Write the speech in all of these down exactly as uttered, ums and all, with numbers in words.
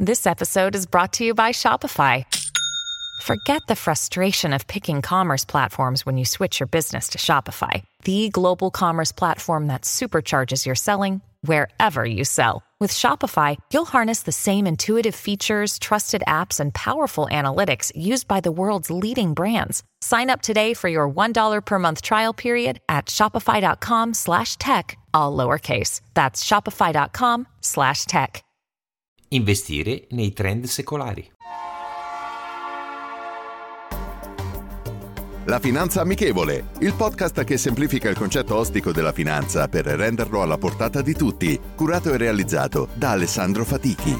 This episode is brought to you by Shopify. Forget the frustration of picking commerce platforms when you switch your business to Shopify, the global commerce platform that supercharges your selling wherever you sell. With Shopify, you'll harness the same intuitive features, trusted apps, and powerful analytics used by the world's leading brands. Sign up today for your one dollar per month trial period at shopify.com slash tech, all lowercase. That's shopify.com slash tech. Investire nei trend secolari. La Finanza Amichevole, il podcast che semplifica il concetto ostico della finanza per renderlo alla portata di tutti, curato e realizzato da Alessandro Fatichi.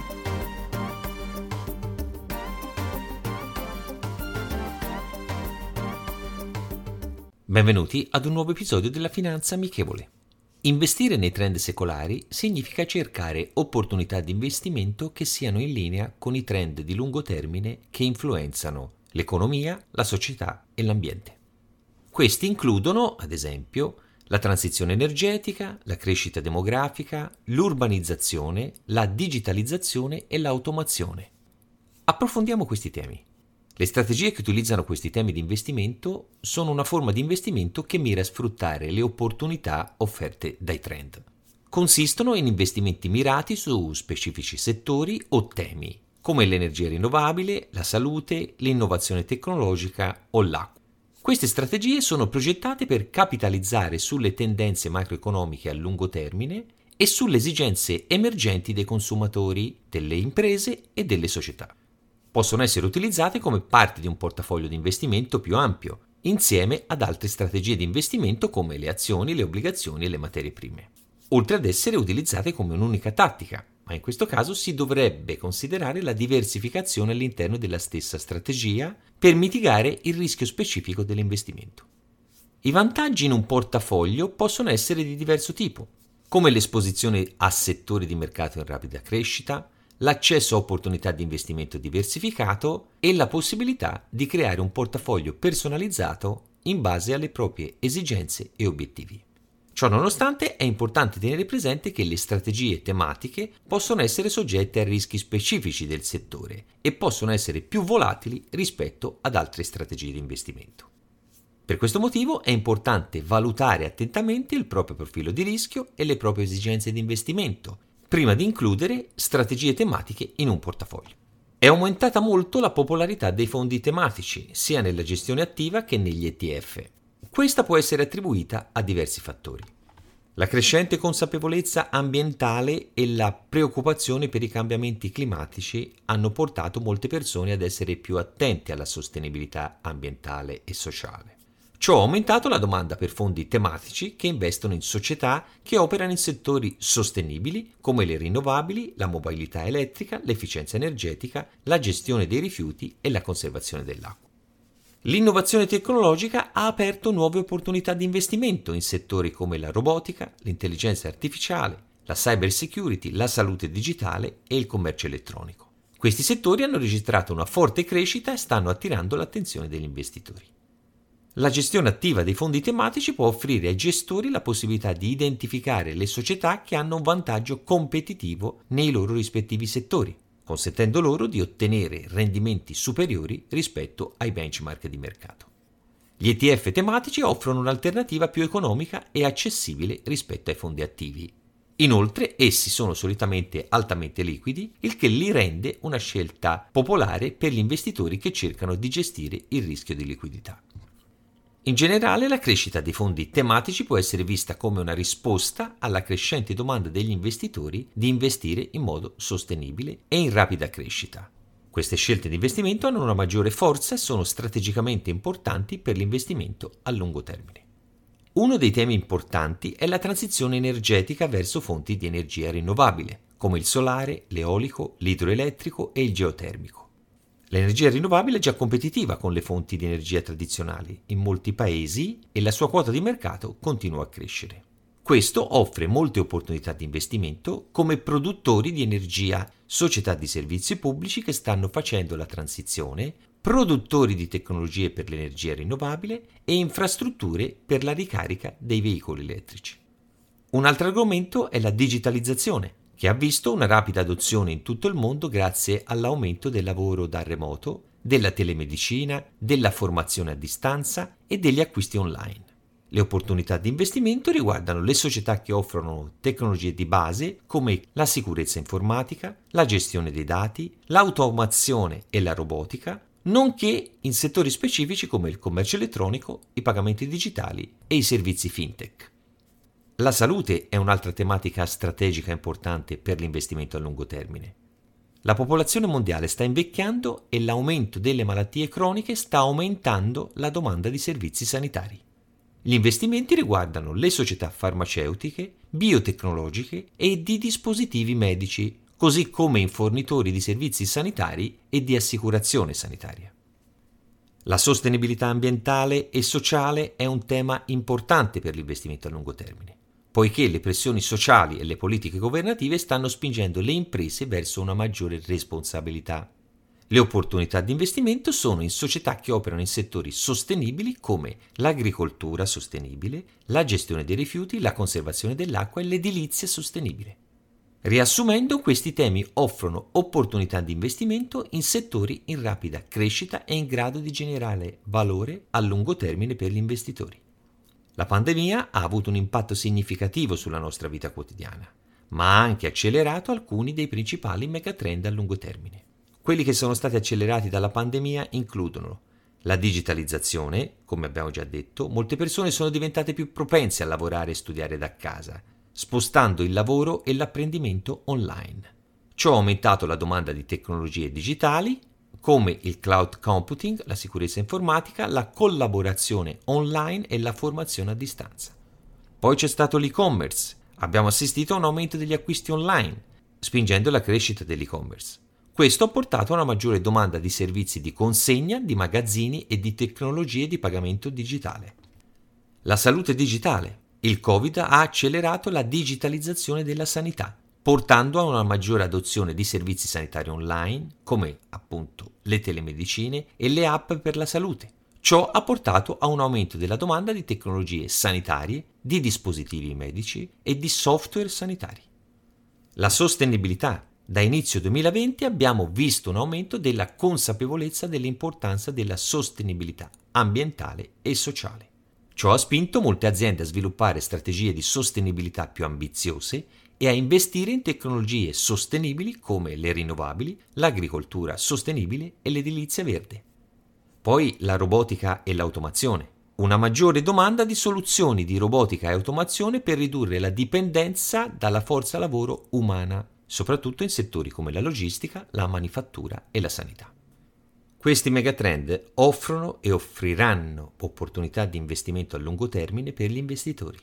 Benvenuti ad un nuovo episodio della Finanza Amichevole. Investire nei trend secolari significa cercare opportunità di investimento che siano in linea con i trend di lungo termine che influenzano l'economia, la società e l'ambiente. Questi includono, ad esempio, la transizione energetica, la crescita demografica, l'urbanizzazione, la digitalizzazione e l'automazione. Approfondiamo questi temi. Le strategie che utilizzano questi temi di investimento sono una forma di investimento che mira a sfruttare le opportunità offerte dai trend. Consistono in investimenti mirati su specifici settori o temi, come l'energia rinnovabile, la salute, l'innovazione tecnologica o l'acqua. Queste strategie sono progettate per capitalizzare sulle tendenze macroeconomiche a lungo termine e sulle esigenze emergenti dei consumatori, delle imprese e delle società. Possono essere utilizzate come parte di un portafoglio di investimento più ampio, insieme ad altre strategie di investimento come le azioni, le obbligazioni e le materie prime, oltre ad essere utilizzate come un'unica tattica. Ma in questo caso si dovrebbe considerare la diversificazione all'interno della stessa strategia per mitigare il rischio specifico dell'investimento. I vantaggi in un portafoglio possono essere di diverso tipo, come l'esposizione a settori di mercato in rapida crescita, l'accesso a opportunità di investimento diversificato e la possibilità di creare un portafoglio personalizzato in base alle proprie esigenze e obiettivi. Ciò nonostante, è importante tenere presente che le strategie tematiche possono essere soggette a rischi specifici del settore e possono essere più volatili rispetto ad altre strategie di investimento. Per questo motivo è importante valutare attentamente il proprio profilo di rischio e le proprie esigenze di investimento, prima di includere strategie tematiche in un portafoglio. È aumentata molto la popolarità dei fondi tematici, sia nella gestione attiva che negli E T F. Questa può essere attribuita a diversi fattori. La crescente consapevolezza ambientale e la preoccupazione per i cambiamenti climatici hanno portato molte persone ad essere più attente alla sostenibilità ambientale e sociale. Ciò ha aumentato la domanda per fondi tematici che investono in società che operano in settori sostenibili come le rinnovabili, la mobilità elettrica, l'efficienza energetica, la gestione dei rifiuti e la conservazione dell'acqua. L'innovazione tecnologica ha aperto nuove opportunità di investimento in settori come la robotica, l'intelligenza artificiale, la cyber security, la salute digitale e il commercio elettronico. Questi settori hanno registrato una forte crescita e stanno attirando l'attenzione degli investitori. La gestione attiva dei fondi tematici può offrire ai gestori la possibilità di identificare le società che hanno un vantaggio competitivo nei loro rispettivi settori, consentendo loro di ottenere rendimenti superiori rispetto ai benchmark di mercato. Gli E T F tematici offrono un'alternativa più economica e accessibile rispetto ai fondi attivi. Inoltre, essi sono solitamente altamente liquidi, il che li rende una scelta popolare per gli investitori che cercano di gestire il rischio di liquidità. In generale, la crescita dei fondi tematici può essere vista come una risposta alla crescente domanda degli investitori di investire in modo sostenibile e in rapida crescita. Queste scelte di investimento hanno una maggiore forza e sono strategicamente importanti per l'investimento a lungo termine. Uno dei temi importanti è la transizione energetica verso fonti di energia rinnovabile, come il solare, l'eolico, l'idroelettrico e il geotermico. L'energia rinnovabile è già competitiva con le fonti di energia tradizionali in molti paesi e la sua quota di mercato continua a crescere. Questo offre molte opportunità di investimento come produttori di energia, società di servizi pubblici che stanno facendo la transizione, produttori di tecnologie per l'energia rinnovabile e infrastrutture per la ricarica dei veicoli elettrici. Un altro argomento è la digitalizzazione, che ha visto una rapida adozione in tutto il mondo grazie all'aumento del lavoro da remoto, della telemedicina, della formazione a distanza e degli acquisti online. Le opportunità di investimento riguardano le società che offrono tecnologie di base come la sicurezza informatica, la gestione dei dati, l'automazione e la robotica, nonché in settori specifici come il commercio elettronico, i pagamenti digitali e i servizi fintech. La salute è un'altra tematica strategica importante per l'investimento a lungo termine. La popolazione mondiale sta invecchiando e l'aumento delle malattie croniche sta aumentando la domanda di servizi sanitari. Gli investimenti riguardano le società farmaceutiche, biotecnologiche e di dispositivi medici, così come in fornitori di servizi sanitari e di assicurazione sanitaria. La sostenibilità ambientale e sociale è un tema importante per l'investimento a lungo termine, poiché le pressioni sociali e le politiche governative stanno spingendo le imprese verso una maggiore responsabilità. Le opportunità di investimento sono in società che operano in settori sostenibili come l'agricoltura sostenibile, la gestione dei rifiuti, la conservazione dell'acqua e l'edilizia sostenibile. Riassumendo, questi temi offrono opportunità di investimento in settori in rapida crescita e in grado di generare valore a lungo termine per gli investitori. La pandemia ha avuto un impatto significativo sulla nostra vita quotidiana, ma ha anche accelerato alcuni dei principali megatrend a lungo termine. Quelli che sono stati accelerati dalla pandemia includono la digitalizzazione, come abbiamo già detto, molte persone sono diventate più propense a lavorare e studiare da casa, spostando il lavoro e l'apprendimento online. Ciò ha aumentato la domanda di tecnologie digitali, come il cloud computing, la sicurezza informatica, la collaborazione online e la formazione a distanza. Poi c'è stato l'e-commerce. Abbiamo assistito a un aumento degli acquisti online, spingendo la crescita dell'e-commerce. Questo ha portato a una maggiore domanda di servizi di consegna, di magazzini e di tecnologie di pagamento digitale. La salute digitale. Il Covid ha accelerato la digitalizzazione della sanità, portando a una maggiore adozione di servizi sanitari online, come appunto le telemedicine e le app per la salute. Ciò ha portato a un aumento della domanda di tecnologie sanitarie, di dispositivi medici e di software sanitari. La sostenibilità. Da inizio duemilaventi abbiamo visto un aumento della consapevolezza dell'importanza della sostenibilità ambientale e sociale. Ciò ha spinto molte aziende a sviluppare strategie di sostenibilità più ambiziose e a investire in tecnologie sostenibili come le rinnovabili, l'agricoltura sostenibile e l'edilizia verde. Poi la robotica e l'automazione. Una maggiore domanda di soluzioni di robotica e automazione per ridurre la dipendenza dalla forza lavoro umana, soprattutto in settori come la logistica, la manifattura e la sanità. Questi megatrend offrono e offriranno opportunità di investimento a lungo termine per gli investitori.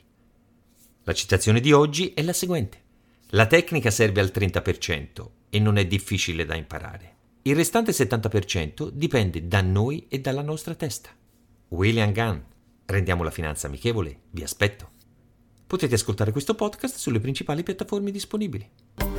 La citazione di oggi è la seguente: la tecnica serve al trenta per cento e non è difficile da imparare. Il restante settanta per cento dipende da noi e dalla nostra testa. William Gann. Rendiamo la finanza amichevole. Vi aspetto. Potete ascoltare questo podcast sulle principali piattaforme disponibili.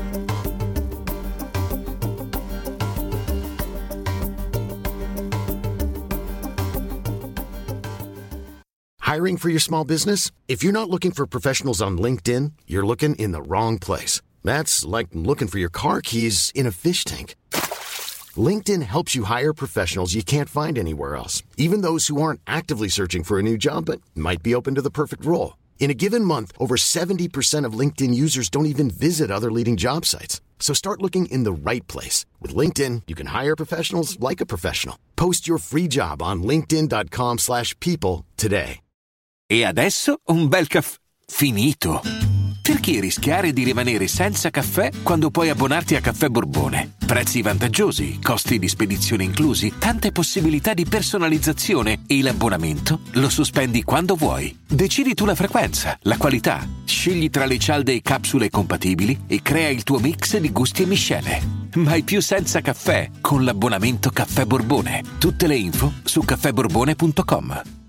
Hiring for your small business? If you're not looking for professionals on LinkedIn, you're looking in the wrong place. That's like looking for your car keys in a fish tank. LinkedIn helps you hire professionals you can't find anywhere else, even those who aren't actively searching for a new job but might be open to the perfect role. In a given month, over seventy percent of LinkedIn users don't even visit other leading job sites. So start looking in the right place. With LinkedIn, you can hire professionals like a professional. Post your free job on linkedin.com slash people today. E adesso un bel caffè finito. Perché rischiare di rimanere senza caffè quando puoi abbonarti a Caffè Borbone? Prezzi vantaggiosi, costi di spedizione inclusi, tante possibilità di personalizzazione e l'abbonamento lo sospendi quando vuoi. Decidi tu la frequenza, la qualità, scegli tra le cialde e capsule compatibili e crea il tuo mix di gusti e miscele. Mai più senza caffè con l'abbonamento Caffè Borbone. Tutte le info su caffè borbone punto com.